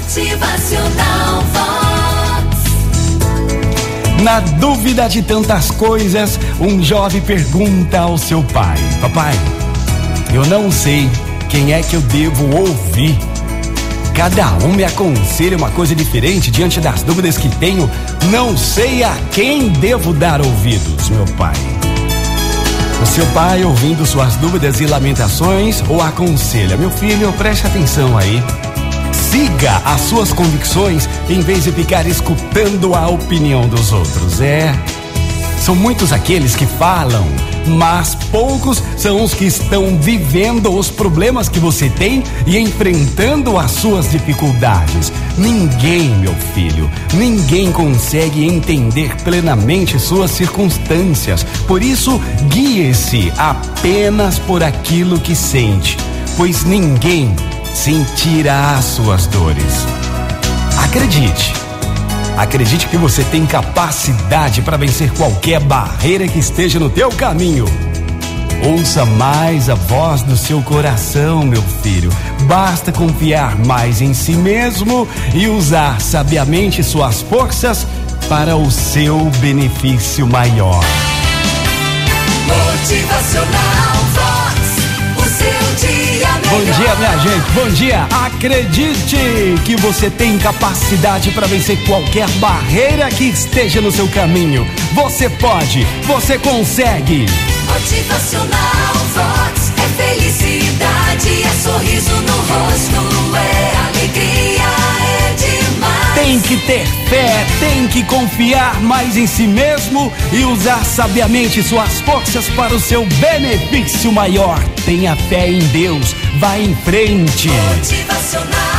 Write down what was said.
Motivacional Vox. Na dúvida de tantas coisas, um jovem pergunta ao seu pai: papai, eu não sei quem é que eu devo ouvir. Cada um me aconselha uma coisa diferente diante das dúvidas que tenho. Não sei a quem devo dar ouvidos, meu pai. O seu pai, ouvindo suas dúvidas e lamentações, o aconselha: meu filho, preste atenção aí. Siga as suas convicções em vez de ficar escutando a opinião dos outros. São muitos aqueles que falam, mas poucos são os que estão vivendo os problemas que você tem e enfrentando as suas dificuldades. Ninguém, meu filho, ninguém consegue entender plenamente suas circunstâncias. Por isso, guie-se apenas por aquilo que sente, pois ninguém sentirá as suas dores. Acredite que você tem capacidade para vencer qualquer barreira que esteja no teu caminho. Ouça mais a voz do seu coração, meu filho. Basta confiar mais em si mesmo e usar sabiamente suas forças para o seu benefício maior. Motivacional Vox, o seu dia melhor. Bom dia, minha gente, bom dia. Acredite que você tem capacidade para vencer qualquer barreira que esteja no seu caminho. Você pode, você consegue. Motivacional Vox é felicidade, é sorriso no rosto, é alegria, é demais. Tem que ter fé, tem que confiar mais em si mesmo e usar sabiamente suas forças para o seu benefício maior. Tenha fé em Deus, vá em frente. Motivacional